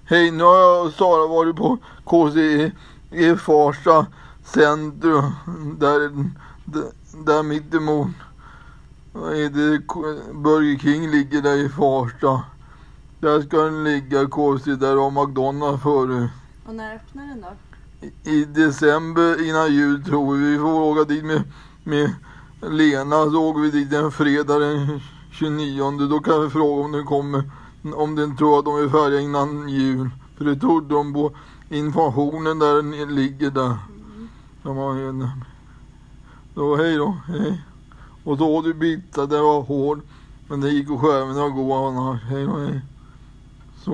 Hej, nu har jag och Sara varit på KC i Farsta centrum. Där mittemot. Burger King ligger där i Farsta. Där ska den ligga, KC, där har McDonalds förut. Och när öppnar den då? I december innan jul tror vi. Vi får åka dit med Lena, så åker vi dit en fredag den 29. Då kan vi fråga om den kommer, om den tror att de är färdiga innan jul. För det trodde de på informationen där den ligger där. Så hej då, hej. Och så åt vi bitta, det var hård. Men det gick och skärmen var god annars. Hej då, hej.